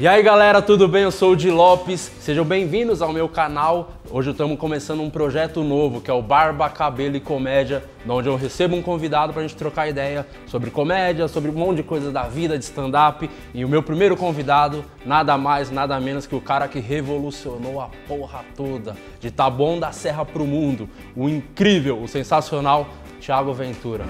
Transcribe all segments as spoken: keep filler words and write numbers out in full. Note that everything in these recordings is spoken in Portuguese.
E aí galera, tudo bem? Eu sou o Di Lopes, sejam bem-vindos ao meu canal. Hoje estamos começando um projeto novo, que é o Barba, Cabelo e Comédia, onde eu recebo um convidado pra gente trocar ideia sobre comédia, sobre um monte de coisa da vida, de stand-up. E o meu primeiro convidado, nada mais, nada menos que o cara que revolucionou a porra toda, de Taboão da Serra pro mundo, o incrível, o sensacional Thiago Ventura.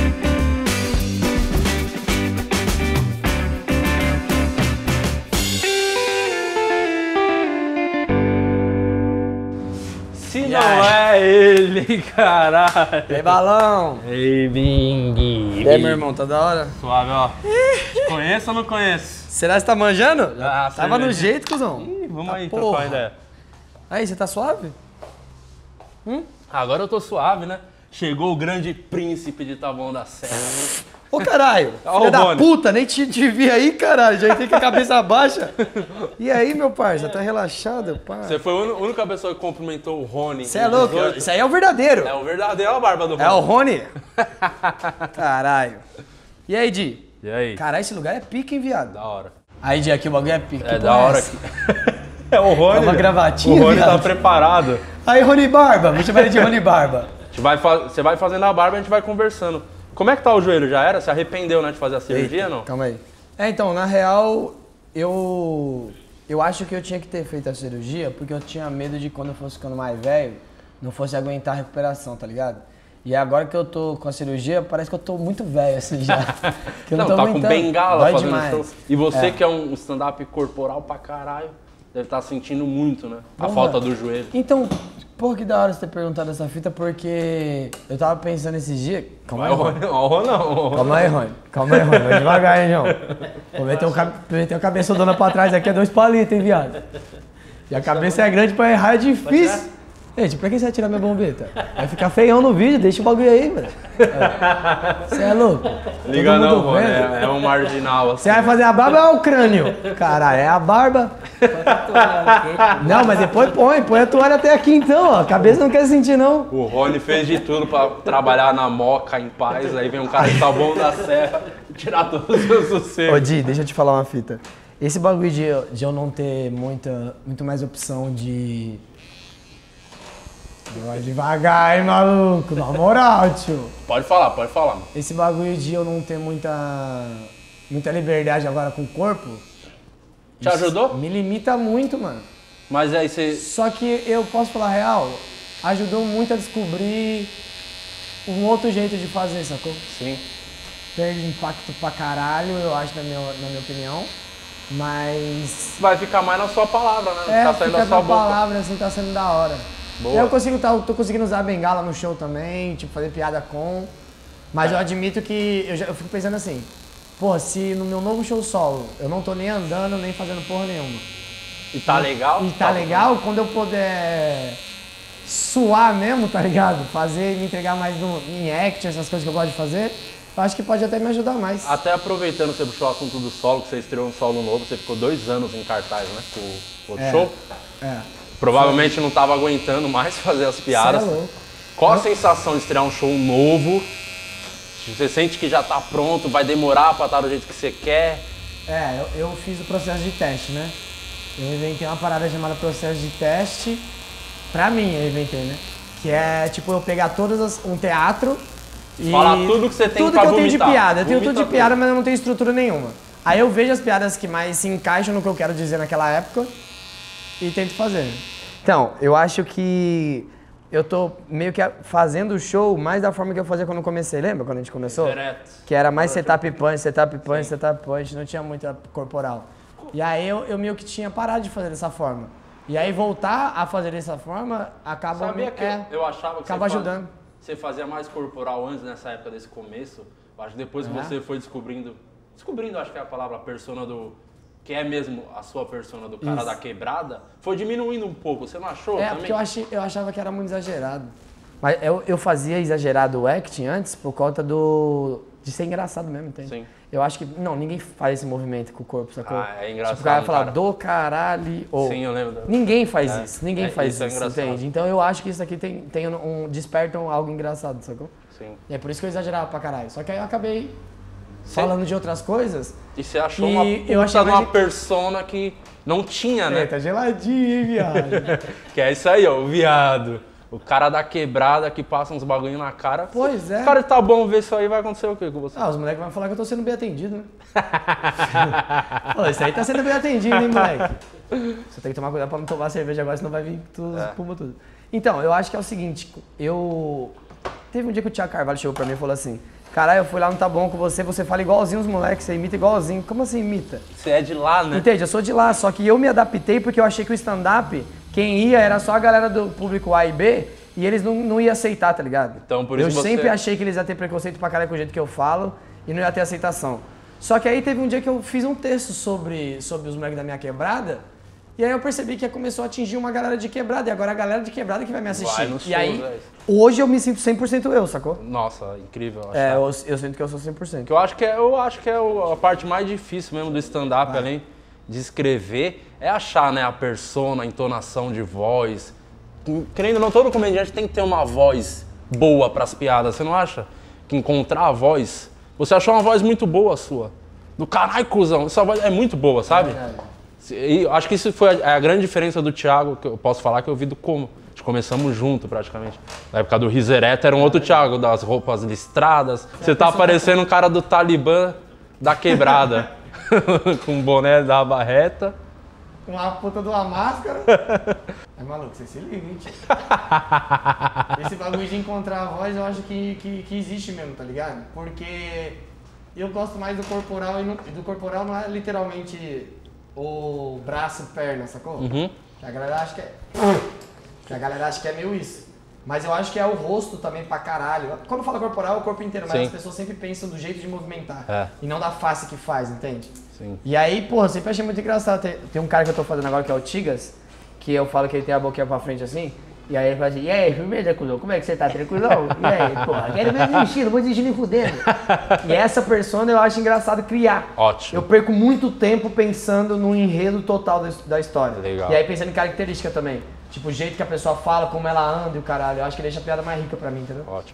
Se não é ele, caralho. Ei, Balão. Ei, Bing. E aí, meu irmão, tá da hora? Suave, ó. Te conheço ou não conheço? Será que você tá manjando? Ah, Tava no cerveja. jeito, cuzão. Ih, vamos Tá aí porra. trocar uma ideia. Aí, você tá suave? Hum? Agora eu tô suave, né? Chegou o grande príncipe de Taboão da Serra. Ô, caralho, Ó, filha o da Rony. puta, nem te, te vi aí, caralho. Já entrei com a cabeça baixa. E aí, meu parça, tá relaxado, pá? Você foi a ún- única pessoa que cumprimentou o Rony. Você é louco? dezoito. Isso aí é o verdadeiro. É o verdadeiro, é a barba do Rony. É o Rony? Caralho. E aí, Di? E aí? Caralho, esse lugar é pique, hein, viado? Da hora. Aí, Di, aqui o bagulho é pique. É Que da porra hora essa? aqui. É o Rony. É uma né? gravatinha, O Rony tá viado? preparado. Aí, Rony Barba. Vou chamar ele de Rony Barba. A gente vai fa- Você vai fazendo a barba e a gente vai conversando. Como é que tá o joelho? Já era? Se arrependeu, né, de fazer a cirurgia, Eita, não? Calma aí. É, então, na real, eu eu acho que eu tinha que ter feito a cirurgia porque eu tinha medo de quando eu fosse ficando mais velho, não fosse aguentar a recuperação, tá ligado? E agora que eu tô com a cirurgia, parece que eu tô muito velho, assim, já. Que eu Não, tô tá aguentando. com bengala Dói fazendo demais. show. E você É. que é um stand-up corporal pra caralho, deve estar sentindo muito, né? A Porra. falta do joelho. Então, porra, que da hora você ter perguntado essa fita, porque eu tava pensando esses dias... Calma Vai aí, o Rony. Rony, ó, o Rony não. Calma aí, Rony. Calma aí, Rony. Vai devagar, hein, João. Vou meter o, cab... meter o cabeçudona pra trás aqui, é dois palitos, hein, viado. E a cabeça é grande pra errar, é difícil. Gente, pra que você vai tirar minha bombeta? Vai ficar feião no vídeo, deixa o bagulho aí, mano. Você é louco? Liga Todo não, mundo Rony. vendo. É, é um marginal, assim. Você vai fazer a barba ou é o crânio? Caralho, é a barba. Não, mas depois põe, põe a toalha até aqui então, ó. A cabeça não quer sentir, não. O Rony fez de tudo pra trabalhar na Moca em paz, aí vem um cara de Taboão da Serra e tirar todos os seus Ô, sossegas. Di, deixa eu te falar uma fita. Esse bagulho de, eu- de eu não ter muita, muito mais opção de... Vai devagar, hein, maluco? Na moral, tio. Pode falar, pode falar. Esse bagulho de eu não ter muita, muita liberdade agora com o corpo... Te ajudou? Me limita muito, mano. Mas aí você... Só que eu posso falar a real, ajudou muito a descobrir um outro jeito de fazer, sacou? Sim. Perde impacto pra caralho, eu acho, na minha, na minha opinião. Mas... Vai ficar mais na sua palavra, né? Não É, tá saindo fica da sua na boca. palavra, assim, tá sendo da hora. Boa. E aí eu consigo, tá, tô conseguindo usar a bengala no show também, tipo, fazer piada com. Mas É. eu admito que eu, já, eu fico pensando assim, pô, se no meu novo show solo eu não tô nem andando, nem fazendo porra nenhuma. E tá legal? E tá legal, quando eu puder suar mesmo, tá ligado? Fazer, me entregar mais no, em act, essas coisas que eu gosto de fazer, eu acho que pode até me ajudar mais. Até aproveitando, você puxou o assunto do solo, que você estreou um solo novo, você ficou dois anos em cartaz, né? Com o outro É. show. É. Provavelmente não tava aguentando mais fazer as piadas. Cê é louco. Qual a sensação de estrear um show novo? Você sente que já tá pronto, vai demorar pra estar do jeito que você quer? É, eu, eu fiz o processo de teste, né? Eu inventei uma parada chamada processo de teste, pra mim eu inventei, né? Que é tipo eu pegar todas as, um teatro e... Falar tudo que você tem tudo pra que eu tenho de vomitar. piada. Eu tenho Vomita tudo de tudo. piada, mas eu não tenho estrutura nenhuma. Aí eu vejo as piadas que mais se encaixam no que eu quero dizer naquela época e tento fazer. Então, eu acho que eu tô meio que fazendo o show mais da forma que eu fazia quando eu comecei. Lembra quando a gente começou? Direto. Que era mais setup punch, setup punch, setup punch, não tinha muita corporal. E aí eu, eu meio que tinha parado de fazer dessa forma. E aí voltar a fazer dessa forma acaba... Sabia que é, eu achava que acaba você, faz- ajudando. você fazia mais corporal antes, nessa época desse começo. Eu acho que depois que É. você foi descobrindo... Descobrindo, acho que é a palavra, a persona do... Que é mesmo a sua persona do cara Isso. da quebrada. Foi diminuindo um pouco, você não achou É, também? porque eu, achei, eu achava que era muito exagerado. Mas eu, eu fazia exagerado o acting antes por conta do... de ser engraçado mesmo, entende? Sim. Eu acho que, não, ninguém faz esse movimento com o corpo, sacou? Ah, é engraçado, Tipo, o cara fala cara. do caralho, ou... Sim, eu lembro. Ninguém faz É, isso, ninguém é, faz isso isso, é engraçado. entende? Então eu acho que isso aqui tem, tem um, despertam algo engraçado, sacou? Sim. E é por isso que eu exagerava pra caralho. Só que aí eu acabei falando de outras coisas. E você achou E uma eu achei puta uma mais- persona que não tinha, né? É, tá geladinho, hein, viado? Que é isso aí, ó, o viado. O cara da quebrada que passa uns bagulho na cara. Pois é. O cara tá bom ver isso aí, vai acontecer o quê com você? Ah, os moleques vão falar que eu tô sendo bem atendido, né? Pô, isso aí tá sendo bem atendido, hein, moleque? Você tem que tomar cuidado pra não tomar cerveja agora, senão vai vir tudo, É. espuma tudo. Então, eu acho que é o seguinte, eu... Teve um dia que o Thiago Carvalho chegou pra mim e falou assim, caralho, eu fui lá, não tá bom com você, você fala igualzinho os moleques, você imita igualzinho. Como assim imita? Você é de lá, né? Entende? Eu sou de lá, só que eu me adaptei porque eu achei que o stand-up, quem ia era só a galera do público A e B, e eles não, não iam aceitar, tá ligado? Então, por eu isso você- sempre achei que eles iam ter preconceito pra caralho com o jeito que eu falo e não ia ter aceitação. Só que aí teve um dia que eu fiz um texto sobre, sobre os moleques da minha quebrada, e aí eu percebi que começou a atingir uma galera de quebrada, e agora a galera de quebrada que vai me assistir. Vai no e show, aí, velho. hoje eu me sinto cem por cento eu, sacou? Nossa, incrível. É, achar. eu, eu sinto que eu sou cem por cento. Que eu acho que é, eu acho que é o- a parte mais difícil mesmo do stand-up, além de escrever, é achar, né, a persona, a entonação de voz. Querendo ou não, todo comediante tem que ter uma voz boa pras piadas, você não acha? Que encontrar a voz... Você achou uma voz muito boa sua. Do caralho, cuzão, essa voz é muito boa, sabe? E eu acho que isso foi a, a grande diferença do Thiago, que eu posso falar que eu vi do como. A gente começamos junto, praticamente. Na época do Risereta era um outro Thiago, das roupas listradas. Você tá parecendo um cara do Talibã da quebrada. Com um boné da barreta. Com uma puta de uma máscara. É maluco, você se liga, hein, tio? Esse bagulho de encontrar a voz eu acho que, que, que existe mesmo, tá ligado? Porque eu gosto mais do corporal e, não, e do corporal não é literalmente o braço e perna, sacou? Uhum. Que a galera acha que é. Que a galera acha que é meio isso. Mas eu acho que é o rosto também pra caralho. Quando fala corporal, é o corpo inteiro, mas Sim. as pessoas sempre pensam do jeito de movimentar. É. E não da face que faz, entende? Sim. E aí, porra, eu sempre achei muito engraçado. Tem, tem um cara que eu tô fazendo agora que é o Tigas, que eu falo que ele tem a boquinha pra frente assim. E aí ele fala assim, e aí, firmeza, cuzão, como é que você tá, tranquilão? E aí, porra, quero ver desistir, não vou desistir nem fudendo. E essa persona eu acho engraçado criar. Ótimo. Eu perco muito tempo pensando no enredo total da, da história. Legal. E aí pensando em característica também. Tipo, o jeito que a pessoa fala, como ela anda e o caralho. Eu acho que deixa a piada mais rica pra mim, entendeu? Ótimo.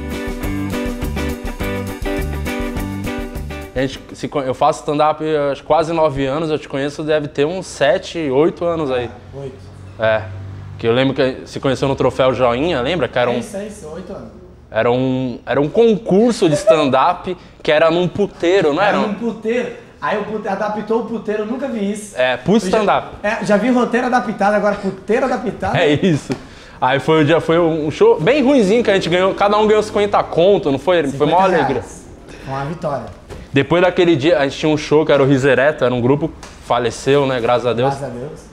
A gente, se con- eu faço stand-up há quase nove anos, eu te conheço, deve ter uns sete, oito anos aí. Oito. É. Que eu lembro que se conheceu no Troféu Joinha, lembra? Que era um, Seis, seis, oito anos. era um, era um concurso de stand-up que era num puteiro, não era? Era um puteiro. Aí o puteiro adaptou o puteiro, eu nunca vi isso. É, pro stand-up. É, já vi roteiro adaptado, agora puteiro adaptado. É isso. Aí foi o dia, foi um show bem ruinzinho que a gente ganhou, cada um ganhou cinquenta conto, não foi? Foi uma cinquenta alegria. reais. Uma vitória. Depois daquele dia, a gente tinha um show que era o Risereta, era um grupo que faleceu, né? Graças a Deus. Graças a Deus.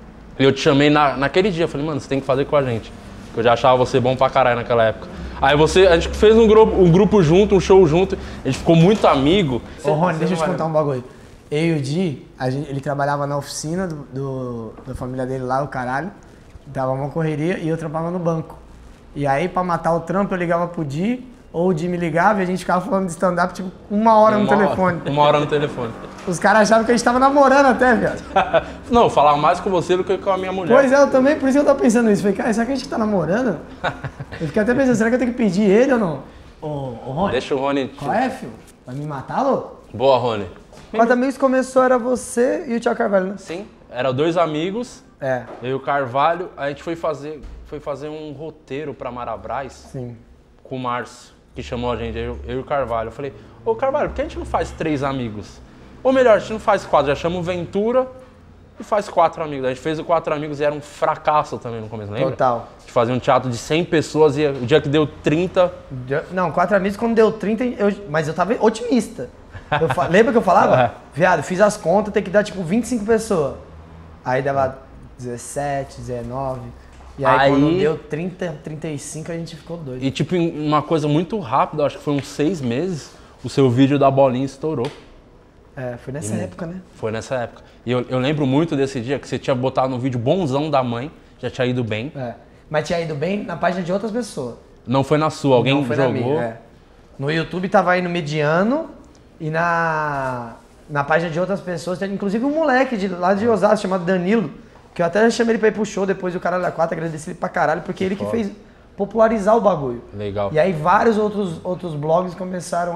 E eu te chamei na, naquele dia, falei, mano, você tem que fazer com a gente. Que eu já achava você bom pra caralho naquela época. Aí você, a gente fez um grupo, um grupo junto, um show junto, a gente ficou muito amigo. Ô Rony, deixa eu te contar um bagulho. Eu e o Di, a gente- ele trabalhava na oficina do, do- da família dele lá, o caralho. Dava uma correria e eu trampava no banco. E aí, pra matar o trampo, eu ligava pro Di, ou o Di me ligava e a gente ficava falando de stand-up, tipo, uma hora no Uma hora- telefone. Uma hora no telefone. Os caras achavam que a gente tava namorando até, viado. Não, eu falava mais com você do que com a minha mulher. Pois é, eu também, por isso que eu tava pensando nisso. Falei, cara, será que a gente tá namorando? Eu fiquei até pensando, será que eu tenho que pedir ele ou não? Ô, ô Rony, Deixa o Rony... qual é, filho? Vai me matar, louco? Boa, Rony. Quatro amigos começou, era você e o Thiago Carvalho, né? Sim, eram dois amigos, É, eu e o Carvalho, a gente foi fazer, foi fazer um roteiro pra Marabras sim. com o Márcio, que chamou a gente, eu, eu e o Carvalho. Eu falei, ô Carvalho, por que a gente não faz três amigos? Ou melhor, a gente não faz quatro, já chama o Ventura e faz quatro amigos. A gente fez o quatro amigos e era um fracasso também no começo, lembra? Total. A gente fazia um teatro de cem pessoas e o dia que deu trinta... Deu- Não, quatro amigos quando deu trinta, eu- mas eu tava otimista. Eu fa- Lembra que eu falava? É. Viado, fiz as contas, tem que dar tipo vinte e cinco pessoas. Aí dava dezessete, dezenove. E aí, Aí- quando deu trinta, trinta e cinco a gente ficou doido. E tipo, em uma coisa muito rápida, acho que foi uns seis meses, o seu vídeo da bolinha estourou. É, foi nessa época, né? Foi nessa época. E eu, eu lembro muito desse dia que você tinha botado no vídeo bonzão da mãe, já tinha ido bem. É. Mas tinha ido bem na página de outras pessoas. Não foi na sua, alguém Não foi na jogou. minha, é. No YouTube tava aí no mediano e na, na página de outras pessoas, tem inclusive um moleque de, lá de Osasco chamado Danilo, que eu até chamei ele pra ir pro show depois do Caralho da Quatro, agradeci ele pra caralho, porque ele que foda. fez popularizar o bagulho. Legal. E aí vários outros, outros blogs começaram a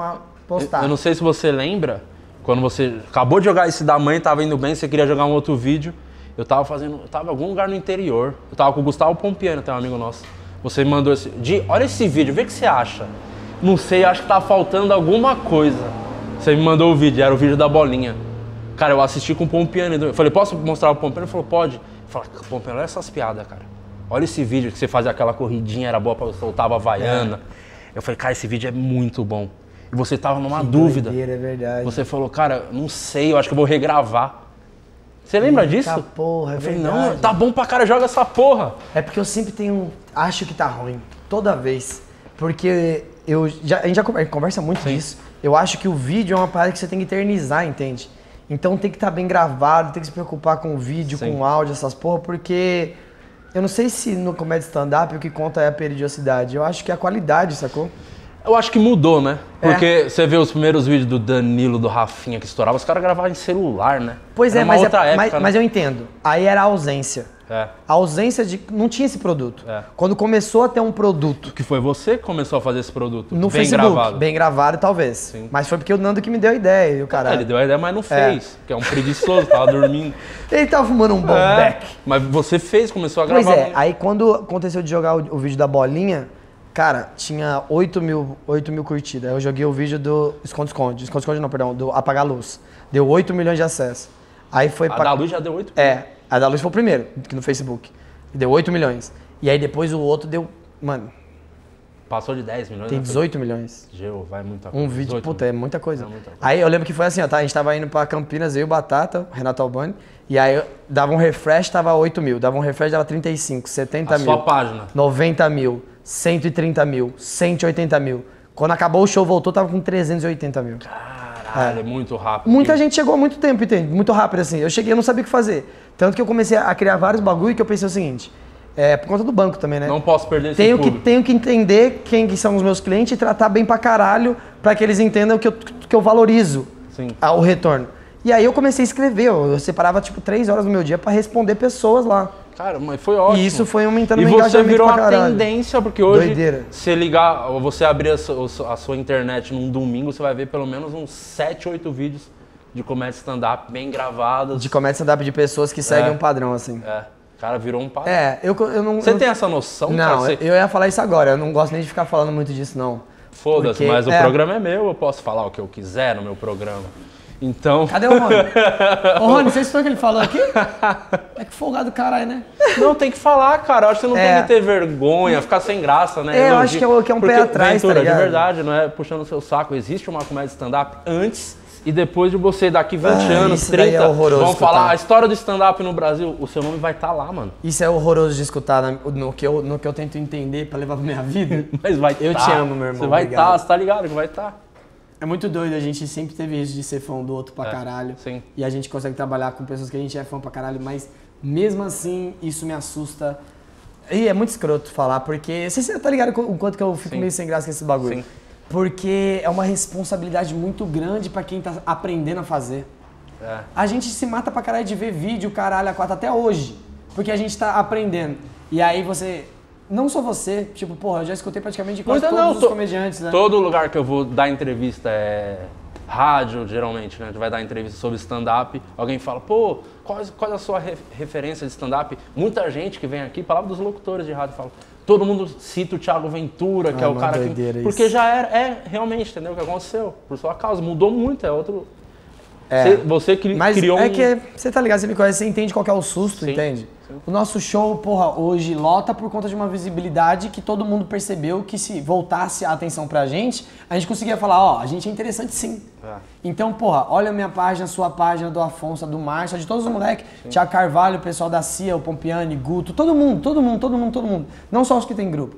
postar. Eu não sei se você lembra, quando você acabou de jogar esse da mãe, tava indo bem, você queria jogar um outro vídeo. Eu tava fazendo, eu tava em algum lugar no interior. Eu tava com o Gustavo Pompiano, tem um amigo nosso. Você me mandou esse, Di, olha esse vídeo, vê o que você acha. Não sei, acho que tá faltando alguma coisa. Você me mandou o vídeo, era o vídeo da bolinha. Cara, eu assisti com o Pompiano. Eu falei, posso mostrar o Pompiano? Ele falou, pode. Eu falei, Pompiano, olha essas piadas, cara. Olha esse vídeo que você fazia aquela corridinha, era boa pra soltava a Havaiana. É. Eu falei, cara, esse vídeo é muito bom. E você tava numa que dúvida. Doideira, é verdade. Você falou, cara, não sei, eu acho que eu vou regravar. Você lembra Eita disso? porra, é eu falei, verdade. não, tá bom pra cara, joga essa porra. É porque eu sempre tenho, acho que tá ruim, toda vez. Porque eu já, a gente já conversa muito Sim. disso. Eu acho que o vídeo é uma parada que você tem que eternizar, entende? Então tem que estar tá bem gravado, tem que se preocupar com o vídeo, Sim. com o áudio, essas porra, porque eu não sei se no comédia stand-up o que conta é a periodicidade. Eu acho que é a qualidade, sacou? Eu acho que mudou, né? Porque é. você vê os primeiros vídeos do Danilo, do Rafinha que estourava, os caras gravavam em celular, né? Pois era é, uma mas, outra é época, mas, né? mas eu entendo. Aí era a ausência. É. A ausência de... Não tinha esse produto. É. Quando começou a ter um produto... Que foi você que começou a fazer esse produto? No bem Facebook, gravado. bem gravado talvez. Sim. Mas foi porque o Nando que me deu a ideia, e o caralho. É, ele deu a ideia, mas não fez. É. Que é um preguiçoso, tava dormindo. Ele tava fumando um bom é. beck. Mas você fez, começou a gravar. Pois é, muito. aí quando aconteceu de jogar o, o vídeo da bolinha, cara, tinha oito mil, oito mil curtidas. Aí eu joguei o vídeo do Esconde-Esconde. Esconde-Esconde não, perdão, do Apagar a Luz. Deu oito milhões de acessos. Aí foi a pra... da Luz já deu oito É, a da Luz foi o primeiro, aqui no Facebook. Deu oito milhões. E aí depois o outro deu, mano... Passou de dez milhões. Tem dezoito milhões. Geu, vai muita coisa. Um vídeo, puta, é muita coisa. É muita coisa. Aí eu lembro que foi assim, ó, tá? A gente tava indo pra Campinas, eu e o Batata, Renato Albani, e aí eu dava um refresh, tava oito mil. Dava um refresh, dava trinta e cinco, setenta a mil. Sua página. noventa mil, cento e trinta mil, cento e oitenta mil. Quando acabou o show, voltou, tava com trezentos e oitenta mil. Caralho, é, é muito rápido. Muita que... gente chegou há muito tempo, entende? Muito rápido, assim. Eu cheguei, eu não sabia o que fazer. Tanto que eu comecei a criar vários bagulho que eu pensei o seguinte... É, por conta do banco também, né? Não posso perder esse tenho que público. Tenho que entender quem que são os meus clientes e tratar bem pra caralho pra que eles entendam que eu, que eu valorizo Sim. o retorno. E aí eu comecei a escrever, eu, eu separava tipo três horas do meu dia pra responder pessoas lá. Cara, mas foi ótimo. E isso foi aumentando e meu engajamento você virou pra uma caralho. tendência, porque hoje, Doideira. se ligar, você abrir a sua, a sua internet num domingo, você vai ver pelo menos uns sete, oito vídeos de comédia stand-up bem gravados. De comédia stand-up de pessoas que seguem É. um padrão, assim. É. Cara, virou um padrão. É, eu, eu não... Você eu, tem essa noção? Não, cara? Você... eu ia falar isso agora, eu não gosto nem de ficar falando muito disso, não. Foda-se, Porque, mas o é. programa é meu, eu posso falar o que eu quiser no meu programa. Então... Cadê o Rony? Ô Rony, vocês viram o que ele falou aqui? É que folgado do caralho, né? Não, tem que falar, cara. Eu acho que você não É. tem que ter vergonha, ficar sem graça, né? É, eu Elogio. acho que é, o- que é um Porque, pé atrás, Ventura, tá ligado? de verdade, não é puxando o seu saco. Existe uma comédia stand-up antes e depois de você, daqui vinte Ah, anos, isso daí é trinta, horroroso vão escutar. falar a história do stand-up no Brasil, o seu nome vai estar lá, mano. Isso é horroroso de escutar na- no, que eu, no que eu tento entender pra levar pra minha vida. Mas vai Eu tá. te amo, meu irmão, Você vai obrigado. estar, você tá ligado que vai estar. É muito doido, a gente sempre teve isso de ser fã do outro pra É, caralho. sim. E a gente consegue trabalhar com pessoas que a gente é fã pra caralho, mas mesmo assim isso me assusta. E é muito escroto falar, porque você tá ligado o quanto que eu fico Sim. meio sem graça com esse bagulho? Sim. Porque é uma responsabilidade muito grande pra quem tá aprendendo a fazer. É. A gente se mata pra caralho de ver vídeo, caralho, a quatro até hoje. Porque a gente tá aprendendo. E aí você... Não só você, tipo, porra, eu já escutei praticamente de quase Muita todos não, os to- comediantes, né? Todo lugar que eu vou dar entrevista é rádio, geralmente, né? A gente vai dar entrevista sobre stand-up. Alguém fala, pô, qual, qual é a sua re- referência de stand-up? Muita gente que vem aqui, palavra dos locutores de rádio, fala, todo mundo cita o Thiago Ventura, que Ah, é o uma cara que... doideira isso. Porque já era, é realmente, entendeu? O que aconteceu, por sua causa, mudou muito, é outro... É. Você, você cri, Mas criou é um... que você tá ligado, você me conhece, você entende qual que é o susto, Sim, entende? sim. O nosso show, porra, hoje lota por conta de uma visibilidade que todo mundo percebeu que se voltasse a atenção pra gente, a gente conseguia falar, ó, a gente é interessante sim. É. Então, porra, olha a minha página, a sua página, do Afonso, a do Márcio, a de todos os moleques, Thiago Carvalho, o pessoal da C I A, o Pompiani, Guto, todo mundo, todo mundo, todo mundo, todo mundo. Não só os que tem grupo.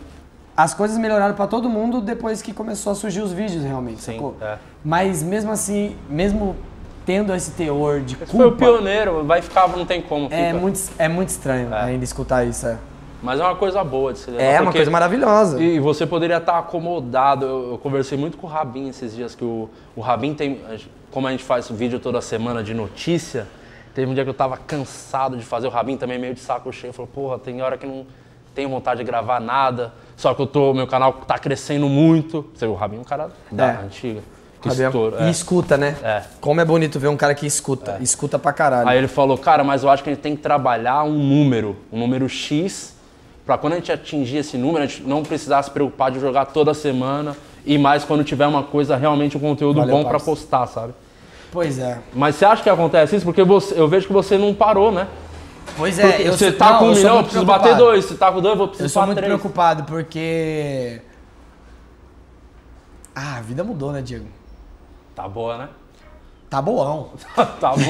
As coisas melhoraram pra todo mundo depois que começou a surgir os vídeos, realmente, Sim, sacou? é. Mas mesmo assim, mesmo tendo esse teor de Esse foi o culpa, pioneiro, vai ficar, não tem como. é fica. muito, é muito estranho É. ainda escutar isso. É, Mas é uma coisa boa de se levar. é uma porque- coisa maravilhosa. E você poderia estar acomodado. Eu, eu conversei muito com o Rabin esses dias, que o, o Rabin tem. Como a gente faz vídeo toda semana de notícia, teve um dia que eu tava cansado de fazer. O Rabin também meio de saco cheio. Falou, porra, tem hora que não tenho vontade de gravar nada. Só que eu tô, meu canal tá crescendo muito. Você, o Rabinho é um cara da É. antiga. Que Rabinho- estoura, E é. escuta, né? É. Como é bonito ver um cara que escuta. Escuta pra caralho. Aí ele falou, cara, mas eu acho que a gente tem que trabalhar um número, um número X, pra quando a gente atingir esse número, a gente não precisar se preocupar de jogar toda semana e mais quando tiver uma coisa, realmente um conteúdo Valeu, bom pra parça. postar, sabe? Pois é. Mas você acha que acontece isso? Porque você, eu vejo que você não parou, né? Pois Porque é, eu você sou- tá não, com um eu sou milhão, eu muito preciso preocupado. bater dois. Você tá com dois, eu vou Eu precisar sou bater muito três. preocupado porque... Ah, a vida mudou, né, Diego? Tá boa, né? Tá boão. Tá bom.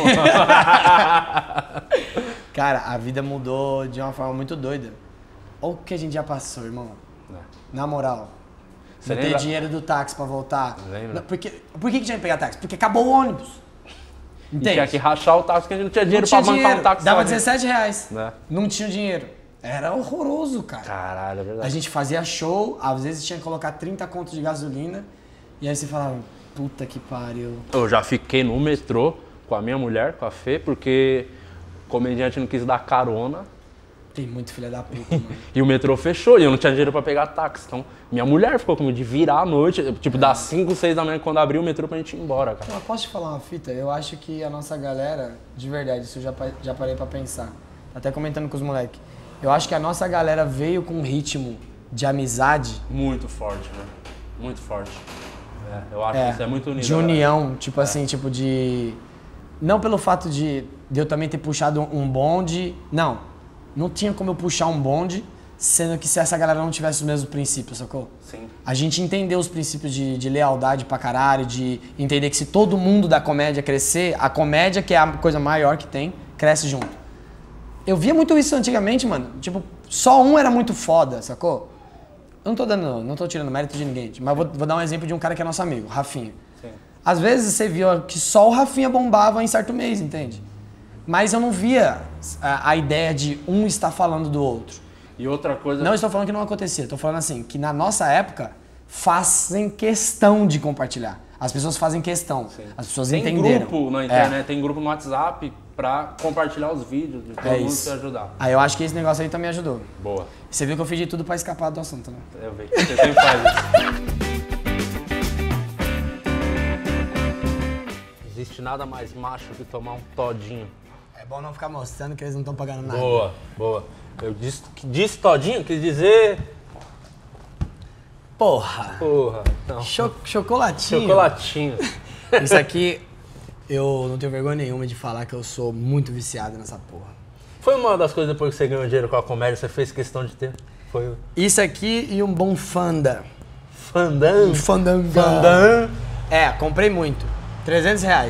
Cara, a vida mudou de uma forma muito doida. Olha o que a gente já passou, irmão. Na moral. Você não ter lembra? dinheiro do táxi pra voltar. Lembra? Não, porque, por que que tinha que pegar táxi? Porque acabou o ônibus. E Entende? tinha que rachar o táxi, porque a gente não tinha dinheiro não tinha pra bancar dinheiro. um táxi. Dava sozinho. dezessete reais. Né? Não tinha dinheiro. Era horroroso, cara. Caralho, é verdade. A gente fazia show, às vezes tinha que colocar trinta contos de gasolina. E aí você falava, puta que pariu. Eu já fiquei no metrô com a minha mulher, com a Fê, porque o comediante não quis dar carona Tem muito filha da puta, mano. e o metrô fechou e eu não tinha dinheiro pra pegar táxi. Então, minha mulher ficou comigo de virar à noite, tipo, das cinco, seis da manhã, quando abriu o metrô pra gente ir embora, cara. Eu posso te falar uma fita? Eu acho que a nossa galera, de verdade, isso eu já, pa- já parei pra pensar. Até comentando com os moleques. Eu acho que a nossa galera veio com um ritmo de amizade. Muito forte, né? Muito forte. É, eu acho que isso é muito unido. de união, tipo assim, tipo de... Não pelo fato de, de eu também ter puxado um bonde. Não, não tinha como eu puxar um bonde, sendo que se essa galera não tivesse os mesmos princípios, sacou? Sim. A gente entendeu os princípios de, de lealdade pra caralho, de entender que se todo mundo da comédia crescer, a comédia, que é a coisa maior que tem, cresce junto. Eu via muito isso antigamente, mano. Tipo, só um era muito foda, sacou? Eu não tô dando, não tô tirando mérito de ninguém, mas vou, vou dar um exemplo de um cara que é nosso amigo, Rafinha. Sim. Às vezes você via que só o Rafinha bombava em certo mês, entende? Mas eu não via a, a ideia de um estar falando do outro. E outra coisa... Não estou falando que não acontecia, estou falando assim, que na nossa época fazem questão de compartilhar. As pessoas fazem questão, Sim. as pessoas Tem entenderam. grupo na internet, tem grupo no WhatsApp pra compartilhar os vídeos de todo É mundo isso. se ajudar. Aí eu acho que esse negócio aí também ajudou. Boa. Você viu que eu fiz de tudo pra escapar do assunto, né? Eu vi. Você sempre faz isso. Existe nada mais macho que tomar um todinho. É bom não ficar mostrando que eles não estão pagando nada. Boa, boa. Eu disse, disse todinho, quis dizer... Porra! Porra, não. Cho- chocolatinho. Chocolatinho. Isso aqui, eu não tenho vergonha nenhuma de falar que eu sou muito viciado nessa porra. Foi uma das coisas depois que você ganhou dinheiro com a comédia, você fez questão de ter? Foi o... Isso aqui e um bom Fanda. Fandam. Um Fandanga. Fandam. É, comprei muito. trezentos reais.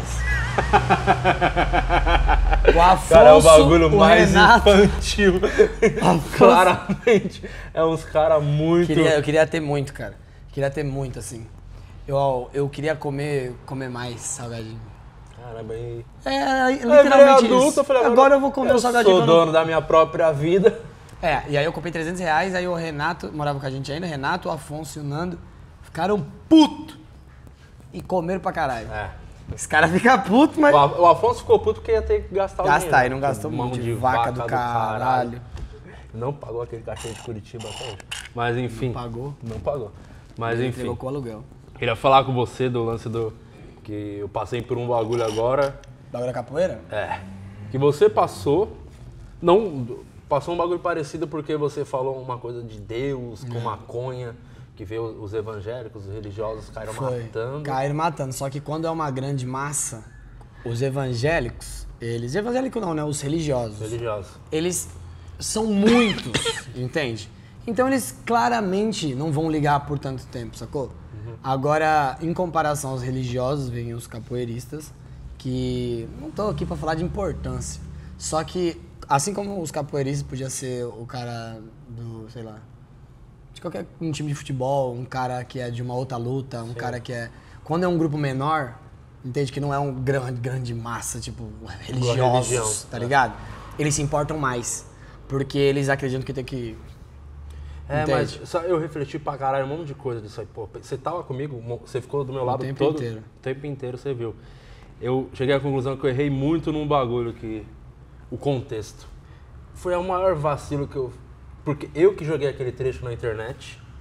O Afonso, Cara, é o bagulho o mais Renato. infantil. Claramente. É uns caras muito... Queria, eu queria ter muito, cara. Queria ter muito, assim. Eu, eu queria comer, comer mais salgadinho. Caramba, aí... É, Eu virei literalmente adulto, isso. eu falei, Agora eu vou comer o salgadinho. Eu que sou eu não- dono da minha própria vida. É, e aí eu comprei trezentos reais, aí o Renato, morava com a gente ainda, o Renato, o Afonso e o Nando ficaram puto e comeram pra caralho. É. Esse cara fica puto, mas... O A- o Afonso ficou puto porque ia ter que gastar o dinheiro. Gastar, e não gastou Mão muito. de Vaca, do caralho. Não pagou aquele cachê de Curitiba até hoje. Mas enfim. Não pagou? Não pagou. Mas Ele enfim. entregou com o aluguel. Queria falar com você do lance do... Que eu passei por um bagulho agora. Bagulho da capoeira? É. Que você passou... Não... Passou um bagulho parecido porque você falou uma coisa de Deus, com maconha, que vê os evangélicos, os religiosos caíram Foi. matando. Caíram matando. Só que quando é uma grande massa, os evangélicos, eles... Evangélico não, né? Os religiosos. Religiosos. Eles são muitos, entende? Então eles claramente não vão ligar por tanto tempo, sacou? Uhum. Agora, em comparação aos religiosos, vêm os capoeiristas, que não tô aqui pra falar de importância. Só que, assim como os capoeiristas podia ser o cara do, sei lá, de qualquer um time de futebol, um cara que é de uma outra luta, um Sim. cara que é... Quando é um grupo menor, entende que não é um grande, grande massa, tipo, religiosos, religião, tá ligado? Eles se importam mais, porque eles acreditam que tem que... É, Entende? mas só eu refleti pra caralho um monte de coisa disso aí. Pô, você tava comigo, você ficou do meu lado o tempo todo inteiro. o tempo inteiro, você viu. Eu cheguei à conclusão que eu errei muito num bagulho que... O contexto. Foi o maior vacilo que eu... Porque eu que joguei aquele trecho na internet,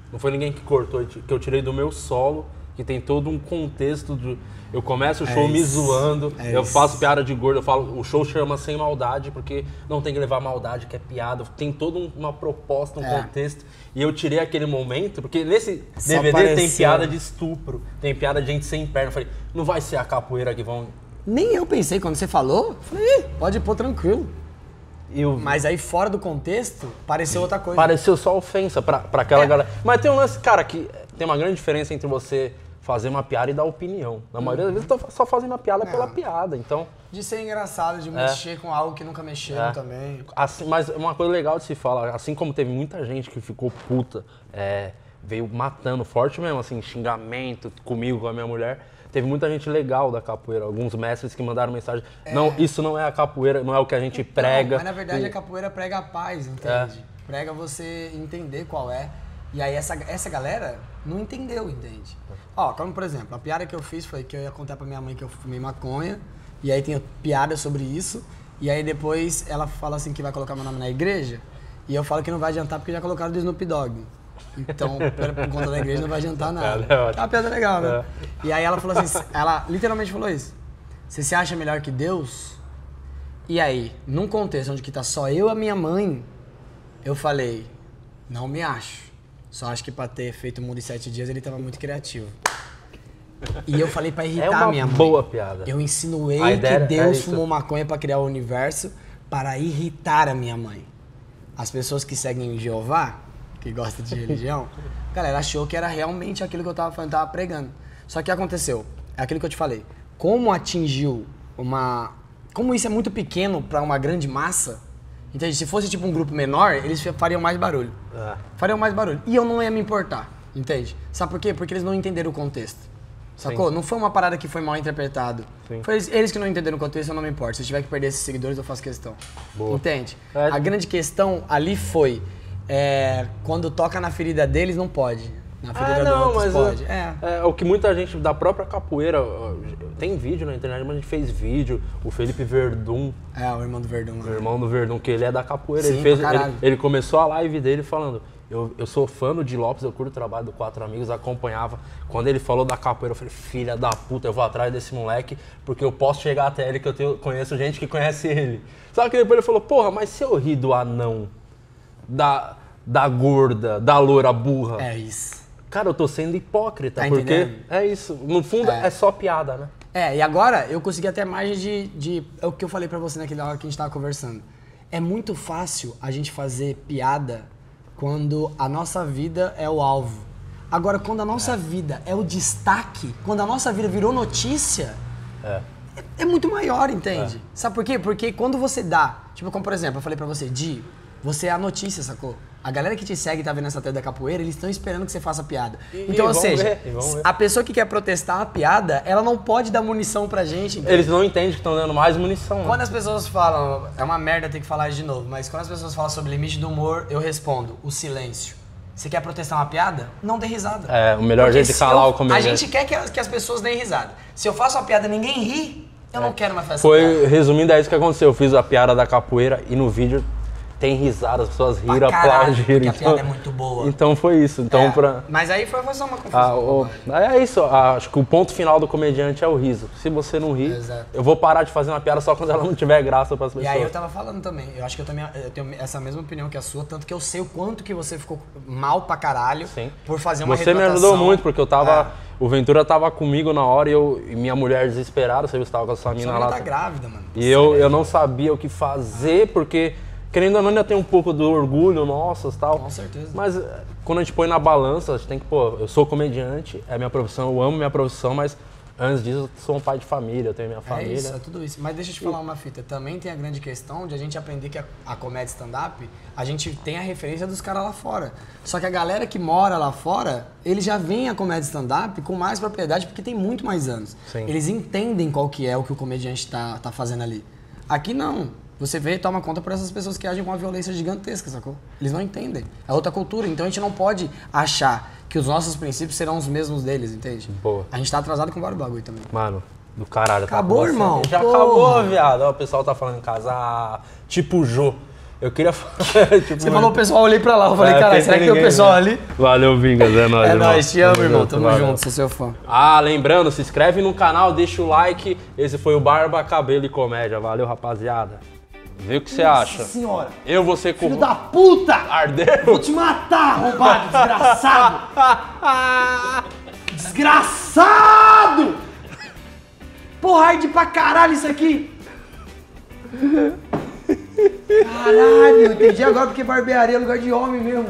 Não foi ninguém que cortou, que eu tirei do meu solo, que tem todo um contexto de... Eu começo o show é me zoando, é eu isso. faço piada de gordo, eu falo, o show chama Sem Maldade, porque não tem que levar maldade, que é piada, tem toda uma proposta, um é. contexto. E eu tirei aquele momento, porque nesse Só D V D apareceu. Tem piada de estupro, tem piada de gente sem perna. Eu falei, não vai ser a capoeira que vão... Nem eu pensei, quando você falou, falei, pode pôr tranquilo. Eu... Mas aí fora do contexto, pareceu outra coisa. Pareceu só ofensa pra, pra aquela é. galera. Mas tem um lance, cara, que tem uma grande diferença entre você... fazer uma piada e dar opinião. Na maioria das vezes eu tô só fazendo a piada é. pela piada, então... De ser engraçado, de mexer é. com algo que nunca mexeram é. também. Assim, mas uma coisa legal de se falar, assim como teve muita gente que ficou puta, é, veio matando forte mesmo, assim, xingamento comigo, com a minha mulher, teve muita gente legal da capoeira, alguns mestres que mandaram mensagem, é. não, isso não é a capoeira, não é o que a gente então, prega. Mas na verdade e... a capoeira prega a paz, entende? É. Prega você entender qual é. E aí essa, essa galera não entendeu, entende? Ó, como por exemplo, a piada que eu fiz foi que eu ia contar pra minha mãe que eu fumei maconha, e aí tem piada sobre isso, e aí depois ela fala assim que vai colocar meu nome na igreja, e eu falo que não vai adiantar porque já colocaram do Snoop Dogg. Então, por conta da igreja não vai adiantar nada. É uma piada legal, né? É. E aí ela falou assim, ela literalmente falou isso. Você se acha melhor que Deus? E aí, num contexto onde que tá só eu e a minha mãe, eu falei, não me acho. Só acho que pra ter feito o mundo em sete dias ele tava muito criativo. E eu falei pra irritar é uma minha mãe. Boa piada. Eu insinuei que Deus é fumou maconha pra criar o universo para irritar a minha mãe. As pessoas que seguem Jeová, que gostam de religião, galera, achou que era realmente aquilo que eu tava falando, tava pregando. Só que o que aconteceu? É aquilo que eu te falei. Como atingiu uma... Como isso é muito pequeno pra uma grande massa, entende? Se fosse tipo um grupo menor, eles fariam mais barulho. É. Fariam mais barulho. E eu não ia me importar, entende? Sabe por quê? Porque eles não entenderam o contexto. Sacou? Sim. Não foi uma parada que foi mal interpretado. Sim. Foi eles, eles que não entenderam o contexto, eu não me importo. Se eu tiver que perder esses seguidores, eu faço questão. Boa. Entende? É. A grande questão ali foi, é, quando toca na ferida deles, não pode. Na ferida ah, não, do outro pode. É, é. é o que muita gente da própria capoeira... Tem vídeo na internet, mas a gente fez vídeo. O Felipe Verdun. É, o irmão do Verdun. O irmão do Verdun, que ele é da capoeira. Sim, ele, fez, ele, ele começou a live dele falando... Eu, eu sou fã do Di Lopes, eu curto o trabalho do Quatro Amigos, acompanhava. Quando ele falou da capoeira, eu falei, filha da puta, eu vou atrás desse moleque, porque eu posso chegar até ele, que eu tenho, conheço gente que conhece ele. Só que depois ele falou, porra, mas se eu rir do anão, da, da gorda, da loura burra... É isso. Cara, eu tô sendo hipócrita, tá porque entendendo? É isso. No fundo, é. é só piada, né? É, e agora eu consegui até margem de, de... É o que eu falei pra você naquela hora que a gente tava conversando. É muito fácil a gente fazer piada quando a nossa vida é o alvo. Agora, quando a nossa é. vida é o destaque, quando a nossa vida virou notícia, é, é, é muito maior, entende? É. Sabe por quê? Porque quando você dá... Tipo, como por exemplo, eu falei pra você, Di, você é a notícia, sacou? A galera que te segue e tá vendo essa tela da capoeira, eles estão esperando que você faça piada. E, então, e ou seja, ver, a pessoa que quer protestar a piada, ela não pode dar munição pra gente. Entende? Eles não entendem que estão dando mais munição. Quando né? as pessoas falam, é uma merda ter que falar isso de novo, mas quando as pessoas falam sobre limite do humor, eu respondo, o silêncio. Você quer protestar uma piada? Não dê risada. É, o melhor Porque jeito de calar eu, o comediante. A gente quer que as, que as pessoas deem risada. Se eu faço uma piada e ninguém ri, eu é. não quero mais fazer Foi, essa piada. Resumindo, é isso que aconteceu. Eu fiz a piada da capoeira e no vídeo... Tem risada, as pessoas riram, aplaudiram. A piada então, é muito boa. Então foi isso. Então, é, pra... Mas aí foi só uma confusão. Ah, o... É isso, acho que o ponto final do comediante é o riso. Se você não rir, Exato. eu vou parar de fazer uma piada só quando ela não tiver graça para as pessoas. E aí eu tava falando também, eu acho que eu também eu tenho essa mesma opinião que a sua, tanto que eu sei o quanto que você ficou mal pra caralho Sim. por fazer uma Você me ajudou muito, porque eu tava... É. O Ventura tava comigo na hora e, eu, e minha mulher desesperada, você viu que tava com essa mina lá. Você tá grávida, mano. E eu, eu não sabia o que fazer, porque... Querendo ou não, ainda tem um pouco do orgulho nosso e tal. Com certeza. Mas quando a gente põe na balança, a gente tem que, pô, eu sou comediante, é minha profissão, eu amo minha profissão, mas antes disso eu sou um pai de família, eu tenho minha família. É isso, é tudo isso. Mas deixa eu te falar uma fita, também tem a grande questão de a gente aprender que a, a comédia stand-up, a gente tem a referência dos caras lá fora. Só que a galera que mora lá fora, eles já veem a comédia stand-up com mais propriedade porque tem muito mais anos. Sim. Eles entendem qual que é o que o comediante tá, tá fazendo ali. Aqui não. Você vê e toma conta por essas pessoas que agem com uma violência gigantesca, sacou? Eles não entendem. É outra cultura, então a gente não pode achar que os nossos princípios serão os mesmos deles, entende? Boa. A gente tá atrasado com vários bagulho também. Mano, do caralho. Acabou, tá irmão? Já Porra. acabou, viado. Ó, o pessoal tá falando em casa, ah, tipo o Jô. Eu queria falar. Tipo, Você falou o pessoal, eu olhei pra lá. Eu falei, É, caralho, será que tem o ninguém, pessoal né? ali? Valeu, Vingas, é nóis. É irmão. nóis, te amo, irmão. Tamo valeu. junto, sou seu fã. Ah, lembrando, se inscreve no canal, deixa o like. Esse foi o Barba, Cabelo e Comédia. Valeu, rapaziada. Vê o que você acha. Nossa senhora. Eu vou ser com... Filho da puta! Ardeu? Vou te matar, arrombado, desgraçado! Desgraçado! Porra, arde pra caralho isso aqui! Caralho, entendi agora porque barbearia é lugar de homem mesmo.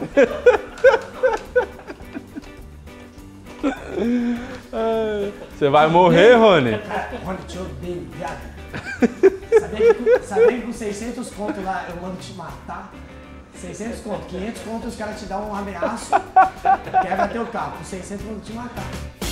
Você vai morrer, Rony. Rony, te odeio, viado. Sabia que, sabia que com seiscentos conto lá eu mando te matar? seiscentos conto, quinhentos conto os caras te dão um ameaço, quebra teu carro. Com seiscentos eu mando te matar.